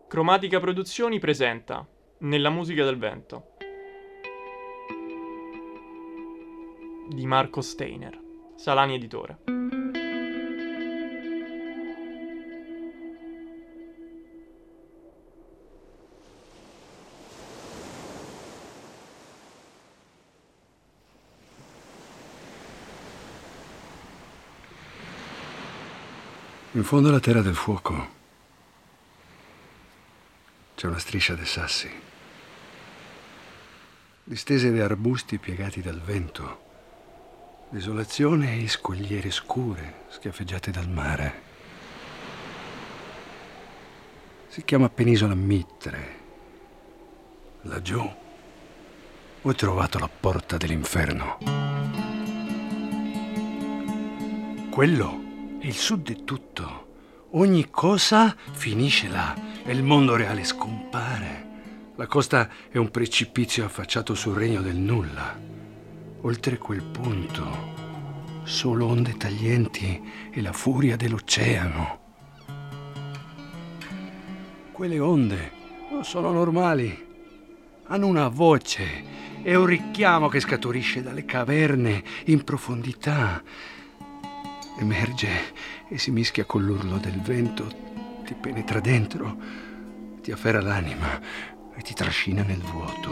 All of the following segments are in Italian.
Cromatica Produzioni presenta Nella musica del vento di Marco Steiner, Salani Editore. In fondo alla terra del fuoco c'è una striscia di sassi, distese di arbusti piegati dal vento, desolazione e scogliere scure schiaffeggiate dal mare. Si chiama Penisola Mitre. Laggiù ho trovato la porta dell'inferno. Quello è il sud di tutto. Ogni cosa finisce là e il mondo reale scompare. La costa è un precipizio affacciato sul regno del nulla. Oltre quel punto, solo onde taglienti e la furia dell'oceano. Quelle onde non sono normali. Hanno una voce e un richiamo che scaturisce dalle caverne in profondità. Emerge e si mischia con l'urlo del vento, ti penetra dentro, ti afferra l'anima e ti trascina nel vuoto.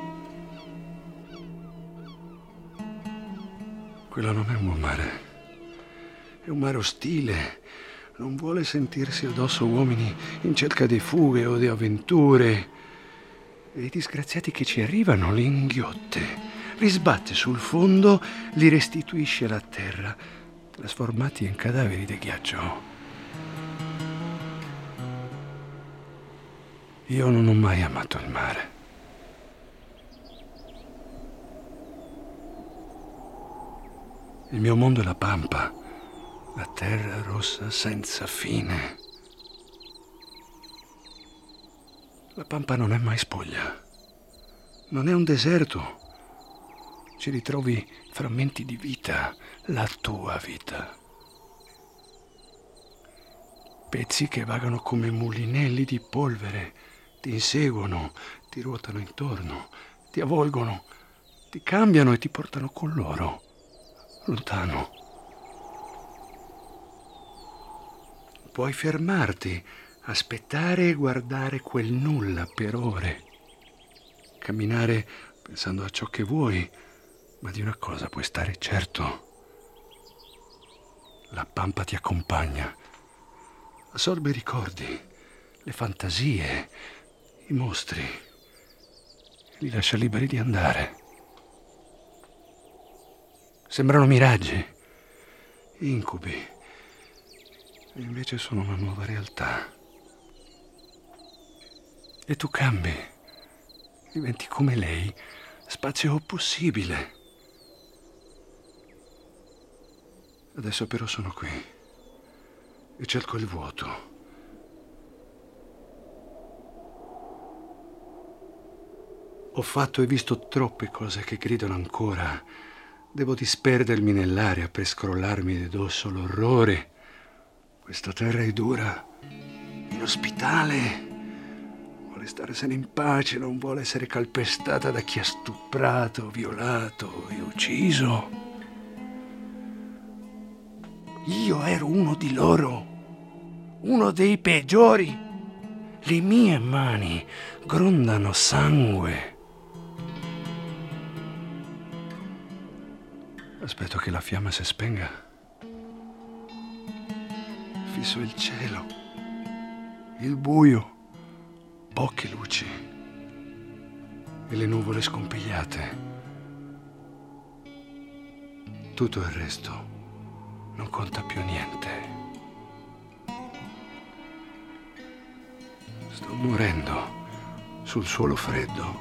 Quello non è un buon mare, è un mare ostile, non vuole sentirsi addosso uomini in cerca di fughe o di avventure. E i disgraziati che ci arrivano li inghiotte, li sbatte sul fondo, li restituisce alla terra, trasformati in cadaveri di ghiaccio. Io non ho mai amato il mare. Il mio mondo è la pampa, la terra rossa senza fine. La pampa non è mai spoglia, non è un deserto. Ci ritrovi frammenti di vita, la tua vita. Pezzi che vagano come mulinelli di polvere, ti inseguono, ti ruotano intorno, ti avvolgono, ti cambiano e ti portano con loro, lontano. Puoi fermarti, aspettare e guardare quel nulla per ore, camminare pensando a ciò che vuoi. Ma di una cosa puoi stare certo. La pampa ti accompagna. Assorbe i ricordi, le fantasie, i mostri. Li lascia liberi di andare. Sembrano miraggi, incubi. E invece sono una nuova realtà. E tu cambi. Diventi come lei, spazio possibile. Adesso però sono qui e cerco il vuoto. Ho fatto e visto troppe cose che gridano ancora. Devo disperdermi nell'aria per scrollarmi di dosso l'orrore. Questa terra è dura, inospitale. Vuole starsene in pace, non vuole essere calpestata da chi ha stuprato, violato e ucciso. Io ero uno di loro, uno dei peggiori. Le mie mani grondano sangue. Aspetto che la fiamma si spenga. Fisso il cielo, il buio, poche luci e le nuvole scompigliate. Tutto il resto non conta più niente. Sto morendo sul suolo freddo.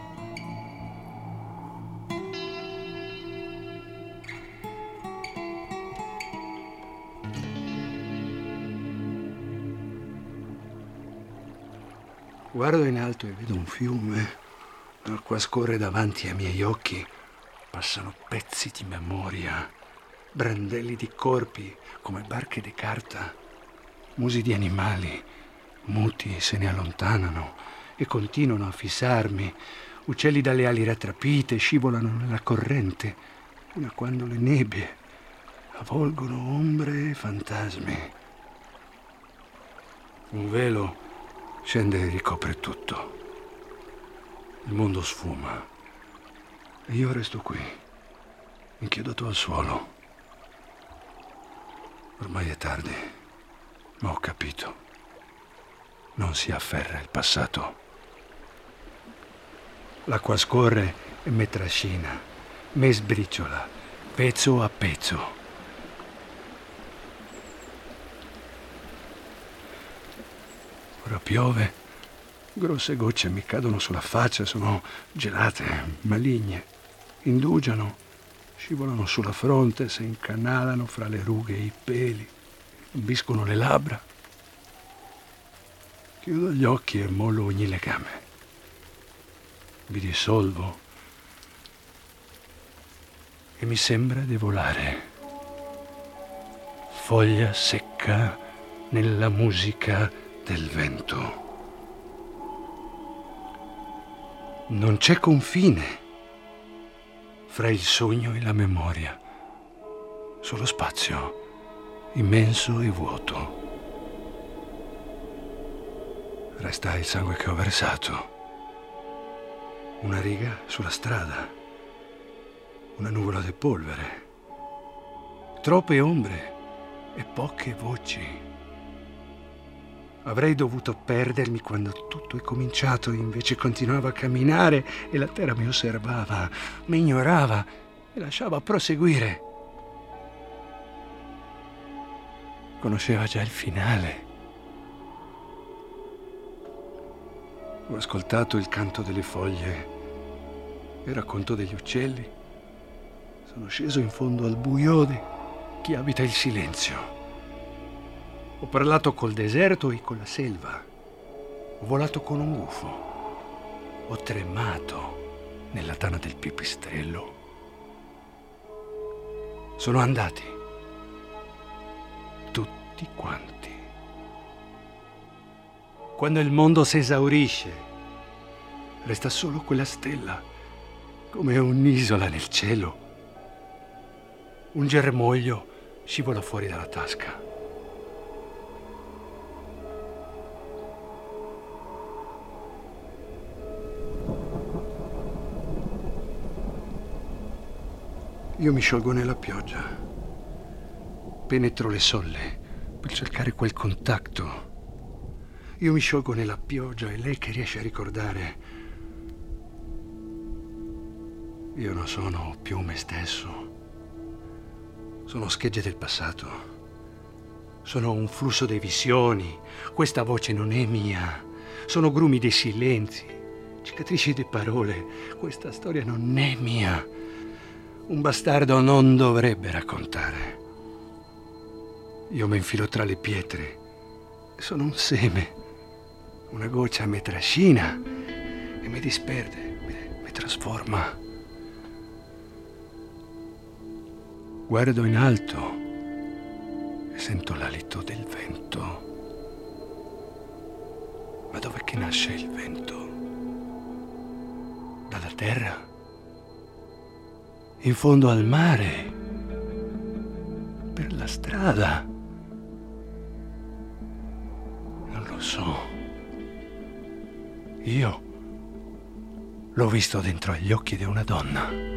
Guardo in alto e vedo un fiume. L'acqua scorre davanti ai miei occhi. Passano pezzi di memoria, brandelli di corpi come barche di carta, musi di animali, Muti se ne allontanano e continuano a fissarmi. Uccelli dalle ali rattrapite scivolano nella corrente, fino a quando le nebbie avvolgono ombre e fantasmi. Un velo scende e ricopre tutto. Il mondo sfuma e io resto qui, inchiodato al suolo. Ormai è tardi, ma ho capito. Non si afferra il passato. L'acqua scorre e me trascina, me sbriciola, pezzo a pezzo. Ora piove, grosse gocce mi cadono sulla faccia, sono gelate, maligne, indugiano, scivolano sulla fronte, si incanalano fra le rughe e i peli, ambiscono le labbra. Chiudo gli occhi e mollo ogni legame. Mi dissolvo e mi sembra di volare. Foglia secca nella musica del vento. Non c'è confine fra il sogno e la memoria. Solo spazio, immenso e vuoto. Resta il sangue che ho versato. Una riga sulla strada. Una nuvola di polvere. Troppe ombre e poche voci. Avrei dovuto perdermi quando tutto è cominciato, invece continuavo a camminare e la terra mi osservava, mi ignorava e lasciava proseguire. Conosceva già il finale. Ho ascoltato il canto delle foglie, il racconto degli uccelli. Sono sceso in fondo al buio di chi abita il silenzio. Ho parlato col deserto e con la selva. Ho volato con un gufo. Ho tremato nella tana del pipistrello. Sono andati. Tutti quanti. Quando il mondo si esaurisce, resta solo quella stella, come un'isola nel cielo. Un germoglio scivola fuori dalla tasca. Io mi sciolgo nella pioggia. Penetro le solle per cercare quel contatto. Io mi sciolgo nella pioggia e lei che riesce a ricordare. Io non sono più me stesso. Sono schegge del passato. Sono un flusso di visioni. Questa voce non è mia. Sono grumi dei silenzi, cicatrici di parole. Questa storia non è mia. Un bastardo non dovrebbe raccontare. Io mi infilo tra le pietre. Sono un seme. Una goccia mi trascina e mi disperde, mi trasforma. Guardo in alto e sento l'alito del vento. Ma dov'è che nasce il vento? Dalla terra? In fondo al mare? Per la strada? Non lo so. Io l'ho visto dentro agli occhi di una donna.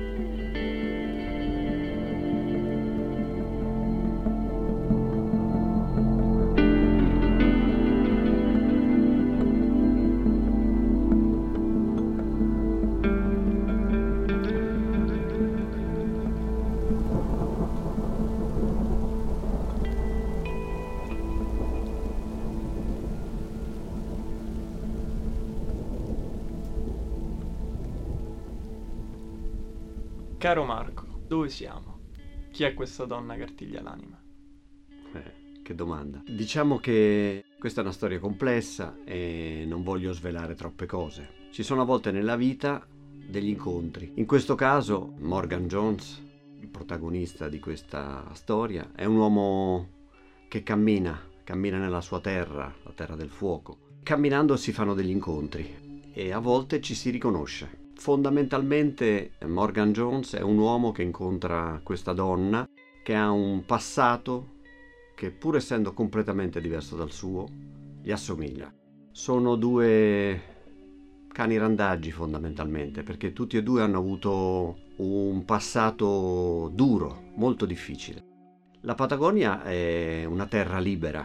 Caro Marco, dove siamo? Chi è questa donna che artiglia l'anima? Che domanda. Diciamo che questa è una storia complessa e non voglio svelare troppe cose. Ci sono a volte nella vita degli incontri. In questo caso Morgan Jones, il protagonista di questa storia, è un uomo che cammina cammina nella sua terra, la terra del fuoco. Camminando si fanno degli incontri e a volte ci si riconosce. Fondamentalmente Morgan Jones è un uomo che incontra questa donna che ha un passato che, pur essendo completamente diverso dal suo, gli assomiglia. Sono due cani randaggi fondamentalmente, perché tutti e due hanno avuto un passato duro, molto difficile. La Patagonia è una terra libera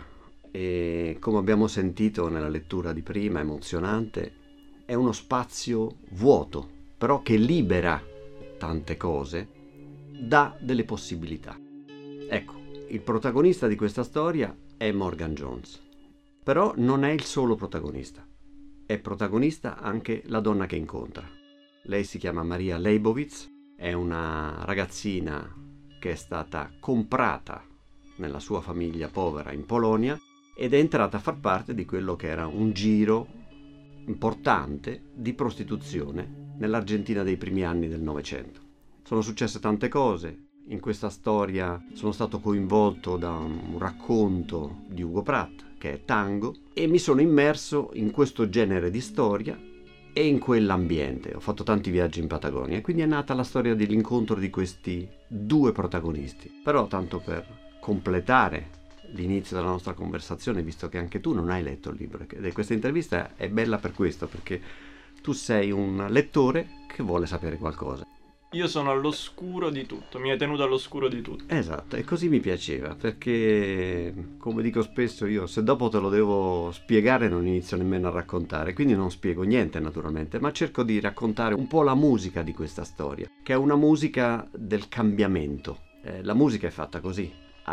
e, come abbiamo sentito nella lettura di prima, emozionante, è uno spazio vuoto, però che libera tante cose, dà delle possibilità. Ecco, il protagonista di questa storia è Morgan Jones, però non è il solo protagonista. È protagonista anche la donna che incontra. Lei si chiama Maria Leibowitz, è una ragazzina che è stata comprata nella sua famiglia povera in Polonia ed è entrata a far parte di quello che era un giro importante di prostituzione nell'Argentina dei primi anni del Novecento. Sono successe tante cose. In questa storia sono stato coinvolto da un racconto di Hugo Pratt, che è Tango, e mi sono immerso in questo genere di storia e in quell'ambiente. Ho fatto tanti viaggi in Patagonia e quindi è nata la storia dell'incontro di questi due protagonisti. Però, tanto per completare l'inizio della nostra conversazione, visto che anche tu non hai letto il libro, e questa intervista è bella per questo, perché tu sei un lettore che vuole sapere qualcosa. Io sono all'oscuro di tutto, mi hai tenuto all'oscuro di tutto. Esatto, e così mi piaceva, perché, come dico spesso io, se dopo te lo devo spiegare non inizio nemmeno a raccontare, quindi non spiego niente naturalmente, ma cerco di raccontare un po' la musica di questa storia, che è una musica del cambiamento. La musica è fatta così,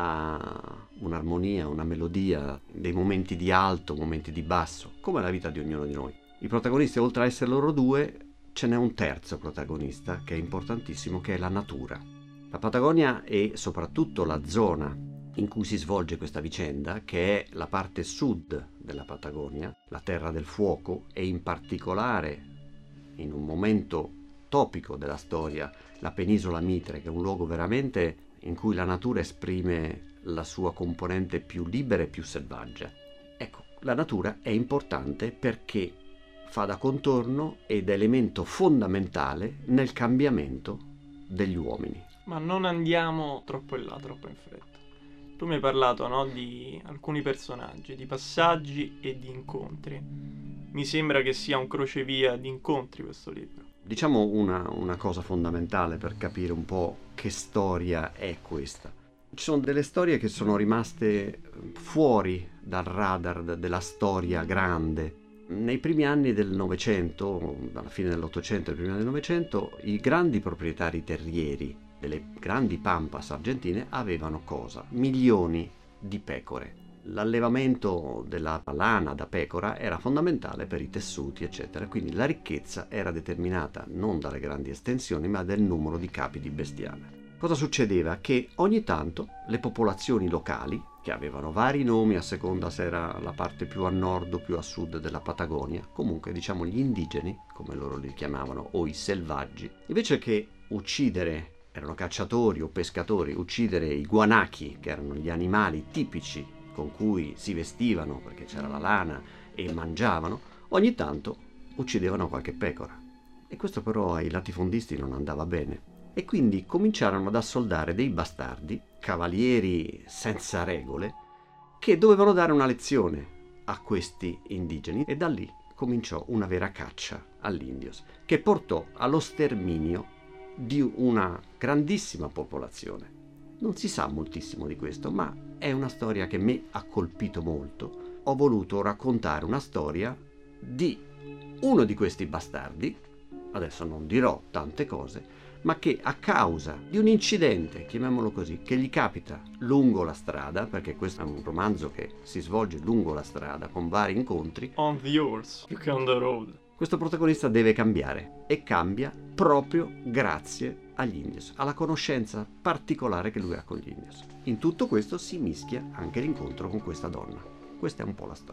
ha un'armonia, una melodia, dei momenti di alto, momenti di basso, come la vita di ognuno di noi. I protagonisti, oltre a essere loro due, ce n'è un terzo protagonista che è importantissimo, che è la natura. La Patagonia e soprattutto la zona in cui si svolge questa vicenda, che è la parte sud della Patagonia, la terra del fuoco, e in particolare in un momento topico della storia, la penisola Mitre, che è un luogo veramente in cui la natura esprime la sua componente più libera e più selvaggia. Ecco, la natura è importante perché fa da contorno ed è elemento fondamentale nel cambiamento degli uomini. Ma non andiamo troppo in là, troppo in fretta. Tu mi hai parlato, no, di alcuni personaggi, di passaggi e di incontri. Mi sembra che sia un crocevia di incontri questo libro. Diciamo una cosa fondamentale per capire un po' che storia è questa. Ci sono delle storie che sono rimaste fuori dal radar della storia grande. Nei primi anni del Novecento, alla fine dell'Ottocento e ai primi anni del Novecento, i grandi proprietari terrieri delle grandi pampas argentine avevano cosa? Milioni di pecore. L'allevamento della lana da pecora era fondamentale per i tessuti, eccetera, quindi la ricchezza era determinata non dalle grandi estensioni, ma dal numero di capi di bestiame. Cosa succedeva? Che ogni tanto le popolazioni locali, che avevano vari nomi a seconda se era la parte più a nord o più a sud della Patagonia, comunque diciamo gli indigeni, come loro li chiamavano, o i selvaggi, invece che uccidere, erano cacciatori o pescatori, uccidere i guanachi, che erano gli animali tipici con cui si vestivano perché c'era la lana e mangiavano, ogni tanto uccidevano qualche pecora. E questo però ai latifondisti non andava bene. E quindi cominciarono ad assoldare dei bastardi, cavalieri senza regole, che dovevano dare una lezione a questi indigeni, e da lì cominciò una vera caccia all'indios, che portò allo sterminio di una grandissima popolazione. Non si sa moltissimo di questo, ma è una storia che me ha colpito molto. Ho voluto raccontare una storia di uno di questi bastardi, adesso non dirò tante cose, ma che a causa di un incidente, chiamiamolo così, che gli capita lungo la strada, perché questo è un romanzo che si svolge lungo la strada con vari incontri, On the horse, più che on the road. Questo protagonista deve cambiare, e cambia proprio grazie agli indios, alla conoscenza particolare che lui ha con gli indios. In tutto questo si mischia anche l'incontro con questa donna. Questa è un po' la storia.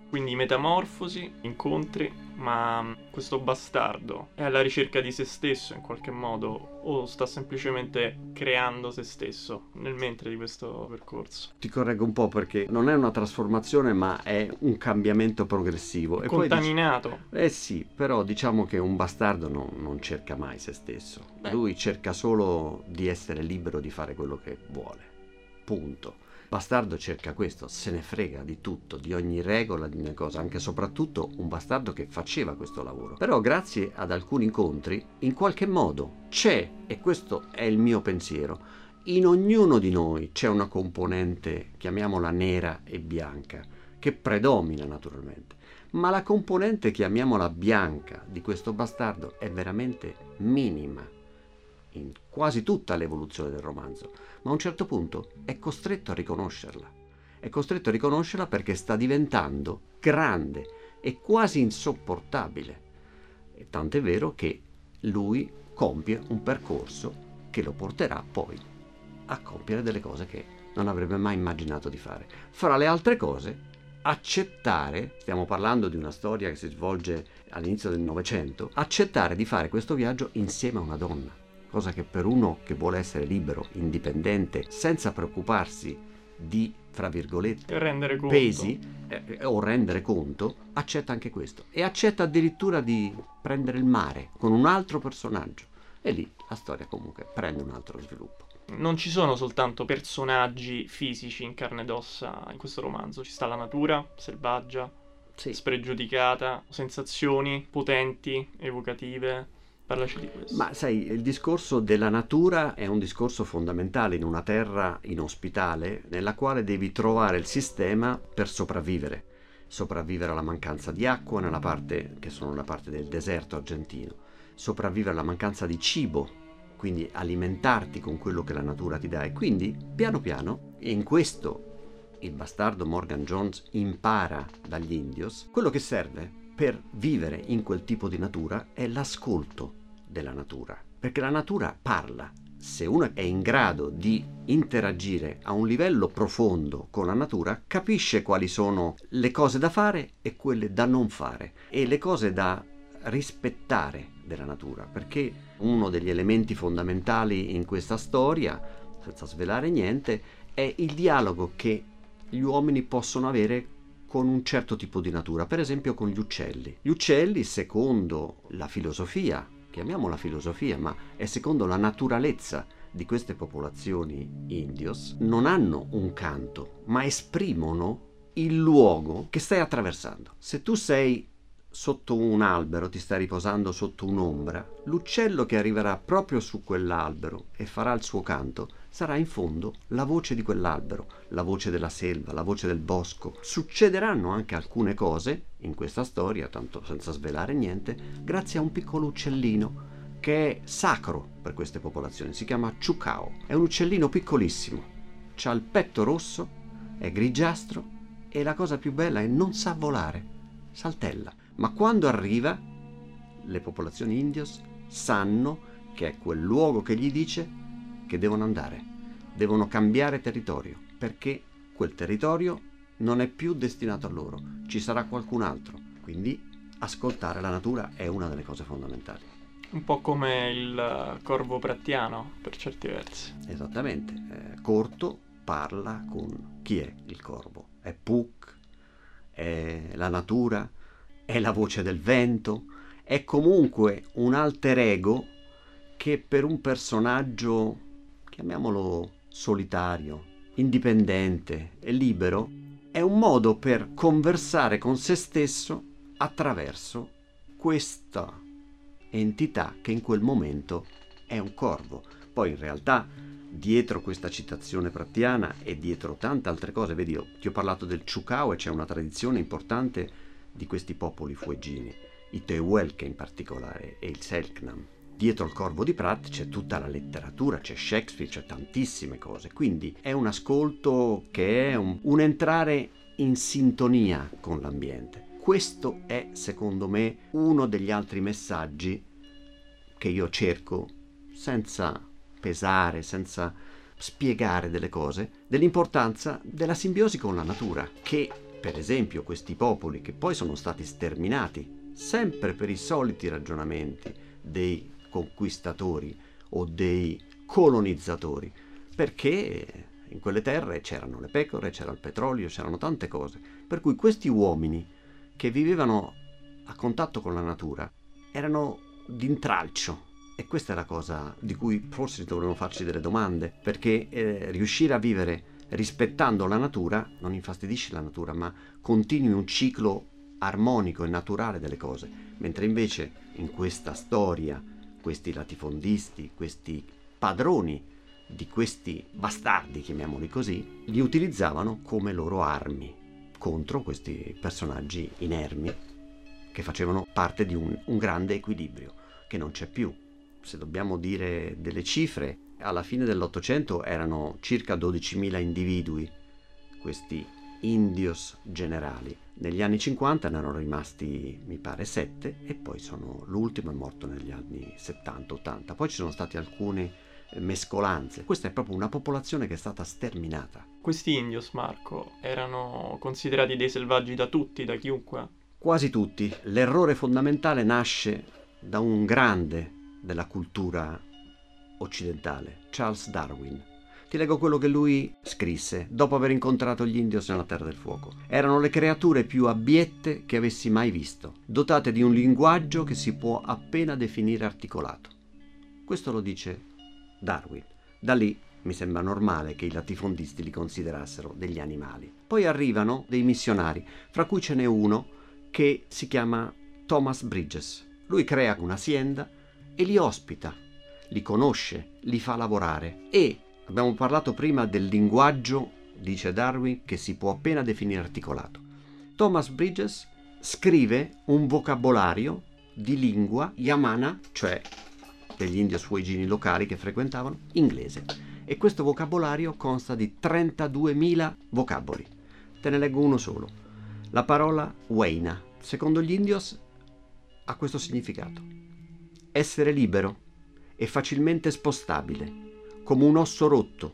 Quindi metamorfosi, incontri, ma questo bastardo è alla ricerca di se stesso in qualche modo o sta semplicemente creando se stesso nel mentre di questo percorso? Ti correggo un po' perché non è una trasformazione ma è un cambiamento progressivo. E Contaminato. Poi sì, però diciamo che un bastardo non cerca mai se stesso. Lui cerca solo di essere libero di fare quello che vuole. Punto. Bastardo cerca questo, se ne frega di tutto, di ogni regola, di ogni cosa, anche e soprattutto un bastardo che faceva questo lavoro. Però grazie ad alcuni incontri, in qualche modo c'è, e questo è il mio pensiero, in ognuno di noi c'è una componente, chiamiamola nera e bianca, che predomina naturalmente. Ma la componente, chiamiamola bianca, di questo bastardo è veramente minima in quasi tutta l'evoluzione del romanzo, ma a un certo punto è costretto a riconoscerla. È costretto a riconoscerla perché sta diventando grande e quasi insopportabile. E tant'è vero che lui compie un percorso che lo porterà poi a compiere delle cose che non avrebbe mai immaginato di fare. Fra le altre cose, accettare, stiamo parlando di una storia che si svolge all'inizio del Novecento, accettare di fare questo viaggio insieme a una donna. Cosa che per uno che vuole essere libero, indipendente, senza preoccuparsi di, fra virgolette, rendere conto. Pesi o rendere conto, accetta anche questo. E accetta addirittura di prendere il mare con un altro personaggio. E lì la storia comunque prende un altro sviluppo. Non ci sono soltanto personaggi fisici in carne ed ossa in questo romanzo, ci sta la natura selvaggia, spregiudicata, sensazioni potenti, evocative. Parlaci di questo. Ma sai, il discorso della natura è un discorso fondamentale in una terra inospitale nella quale devi trovare il sistema per sopravvivere. Sopravvivere alla mancanza di acqua nella parte che sono la parte del deserto argentino, sopravvivere alla mancanza di cibo, quindi alimentarti con quello che la natura ti dà. E quindi piano piano, e in questo il bastardo Morgan Jones impara dagli indios, quello che serve per vivere in quel tipo di natura è l'ascolto della natura, perché la natura parla. Se uno è in grado di interagire a un livello profondo con la natura, capisce quali sono le cose da fare e quelle da non fare e le cose da rispettare della natura, perché uno degli elementi fondamentali in questa storia, senza svelare niente, è il dialogo che gli uomini possono avere con un certo tipo di natura, per esempio con gli uccelli. Gli uccelli, secondo la filosofia, chiamiamola filosofia, ma è secondo la naturalezza di queste popolazioni indios, non hanno un canto, ma esprimono il luogo che stai attraversando. Se tu sei sotto un albero, ti stai riposando sotto un'ombra, l'uccello che arriverà proprio su quell'albero e farà il suo canto sarà in fondo la voce di quell'albero, la voce della selva, la voce del bosco. Succederanno anche alcune cose in questa storia, tanto senza svelare niente, grazie a un piccolo uccellino che è sacro per queste popolazioni, si chiama ciucao. È un uccellino piccolissimo, c'ha il petto rosso, è grigiastro e la cosa più bella è non sa volare, saltella. Ma quando arriva, le popolazioni indios sanno che è quel luogo che gli dice che devono andare, devono cambiare territorio, perché quel territorio non è più destinato a loro, ci sarà qualcun altro. Quindi ascoltare la natura è una delle cose fondamentali. Un po' come il corvo prattiano, per certi versi. Esattamente, corto parla con chi è il corvo? È Puck? È la natura? È la voce del vento? È comunque un alter ego che per un personaggio, chiamiamolo solitario, indipendente e libero, è un modo per conversare con se stesso attraverso questa entità che in quel momento è un corvo. Poi in realtà dietro questa citazione prattiana e dietro tante altre cose, vedi, io ti ho parlato del ciucao e c'è una tradizione importante di questi popoli fueggini, i Tehuelche in particolare e il Selknam. Dietro il corvo di Pratt c'è tutta la letteratura, c'è Shakespeare, c'è tantissime cose, quindi è un ascolto che è un entrare in sintonia con l'ambiente. Questo è, secondo me, uno degli altri messaggi che io cerco, senza pesare, senza spiegare delle cose, dell'importanza della simbiosi con la natura, che Per esempio, questi popoli che poi sono stati sterminati, sempre per i soliti ragionamenti dei conquistatori o dei colonizzatori, perché in quelle terre c'erano le pecore, c'era il petrolio, c'erano tante cose, per cui questi uomini che vivevano a contatto con la natura erano d'intralcio. E questa è la cosa di cui forse dovremmo farci delle domande, perché riuscire a vivere rispettando la natura non infastidisce la natura, ma continui un ciclo armonico e naturale delle cose, mentre invece in questa storia questi latifondisti, questi padroni di questi bastardi, chiamiamoli così, li utilizzavano come loro armi contro questi personaggi inermi che facevano parte di un grande equilibrio che non c'è più. Se dobbiamo dire delle cifre, alla fine dell'Ottocento erano circa 12.000 individui, questi indios generali. Negli anni 50 ne erano rimasti, mi pare, 7, e poi l'ultimo è morto negli anni 70-80. Poi ci sono state alcune mescolanze. Questa è proprio una popolazione che è stata sterminata. Questi indios, Marco, erano considerati dei selvaggi da tutti, da chiunque? Quasi tutti. L'errore fondamentale nasce da un grande della cultura occidentale, Charles Darwin. Ti leggo quello che lui scrisse dopo aver incontrato gli indios nella Terra del Fuoco. Erano le creature più abbiette che avessi mai visto, dotate di un linguaggio che si può appena definire articolato. Questo lo dice Darwin. Da lì mi sembra normale che i latifondisti li considerassero degli animali. Poi arrivano dei missionari, fra cui ce n'è uno che si chiama Thomas Bridges. Lui crea un'azienda e li ospita, li conosce, li fa lavorare. E abbiamo parlato prima del linguaggio, dice Darwin, che si può appena definire articolato. Thomas Bridges scrive un vocabolario di lingua yamana, cioè degli indios fueggini locali che frequentavano, inglese. E questo vocabolario consta di 32.000 vocaboli. Te ne leggo uno solo. La parola Weina, secondo gli indios, ha questo significato: essere libero e facilmente spostabile, come un osso rotto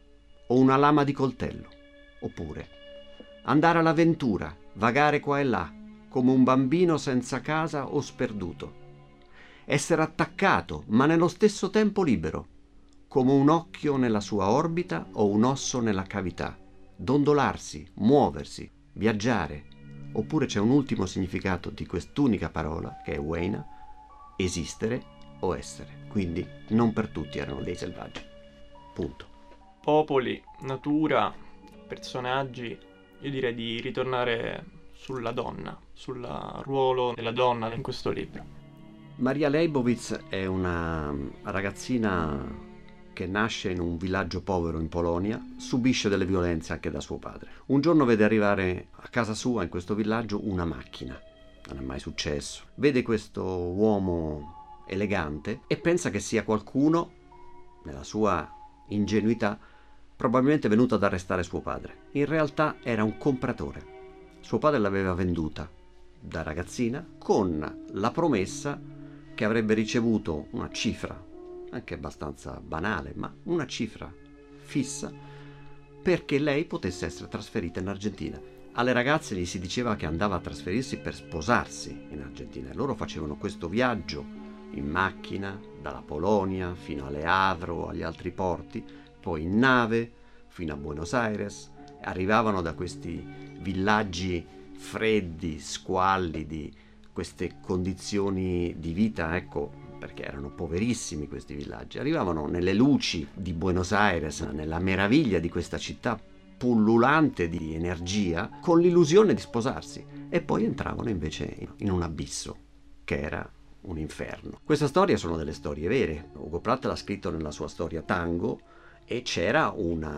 o una lama di coltello. Oppure andare all'avventura, vagare qua e là, come un bambino senza casa o sperduto. Essere attaccato, ma nello stesso tempo libero, come un occhio nella sua orbita o un osso nella cavità. Dondolarsi, muoversi, viaggiare. Oppure c'è un ultimo significato di quest'unica parola, che è Weina: esistere o essere. Quindi non per tutti erano dei selvaggi. Punto. Popoli, natura, personaggi, io direi di ritornare sulla donna, sul ruolo della donna in questo libro. Maria Leibovitz è una ragazzina che nasce in un villaggio povero in Polonia, subisce delle violenze anche da suo padre. Un giorno vede arrivare a casa sua, in questo villaggio, una macchina. Non è mai successo. Vede questo uomo elegante e pensa che sia qualcuno, nella sua ingenuità, probabilmente venuto ad arrestare suo padre. In realtà era un compratore. Suo padre l'aveva venduta da ragazzina con la promessa che avrebbe ricevuto una cifra, anche abbastanza banale, ma una cifra fissa, perché lei potesse essere trasferita in Argentina. Alle ragazze gli si diceva che andava a trasferirsi per sposarsi in Argentina, e loro facevano questo viaggio in macchina dalla Polonia fino alle Havre o agli altri porti, poi in nave fino a Buenos Aires. Arrivavano da questi villaggi freddi, squallidi, queste condizioni di vita, ecco, perché erano poverissimi questi villaggi. Arrivavano nelle luci di Buenos Aires, nella meraviglia di questa città pullulante di energia, con l'illusione di sposarsi, e poi entravano invece in un abisso che era un inferno. Questa storia sono delle storie vere. Ugo Pratt l'ha scritto nella sua storia Tango, e c'era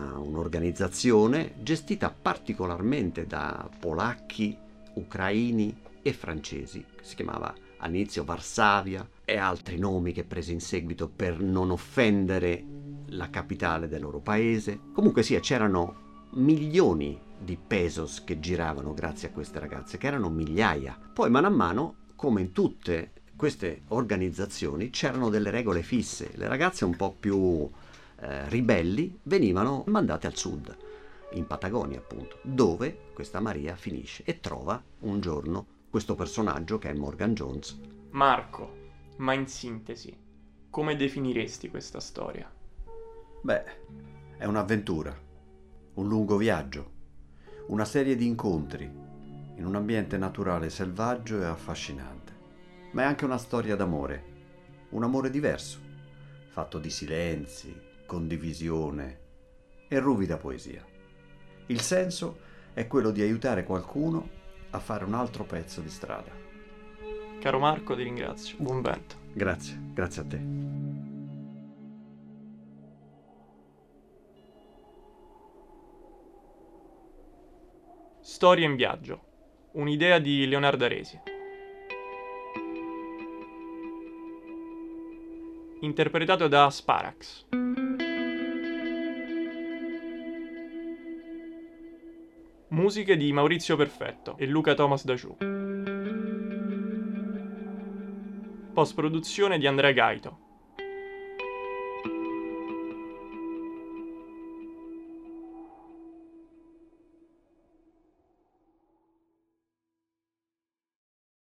un'organizzazione gestita particolarmente da polacchi, ucraini e francesi, che si chiamava all'inizio Varsavia, e altri nomi che prese in seguito per non offendere la capitale del loro paese. Comunque sia, c'erano milioni di pesos che giravano grazie a queste ragazze, che erano migliaia. Poi mano a mano, come in tutte queste organizzazioni, c'erano delle regole fisse. Le ragazze un po' più ribelli venivano mandate al sud, in Patagonia appunto, dove questa Maria finisce e trova un giorno questo personaggio che è Morgan Jones. Marco, ma in sintesi, come definiresti questa storia? Beh, è un'avventura, un lungo viaggio, una serie di incontri in un ambiente naturale selvaggio e affascinante. Ma è anche una storia d'amore, un amore diverso, fatto di silenzi, condivisione e ruvida poesia. Il senso è quello di aiutare qualcuno a fare un altro pezzo di strada. Caro Marco, ti ringrazio. Buon vento. Grazie, grazie a te. Storia in viaggio. Un'idea di Leonardo Aresi. Interpretato da Sparax. Musiche di Maurizio Perfetto e Luca Thomas Daciù. Post-produzione di Andrea Gaito.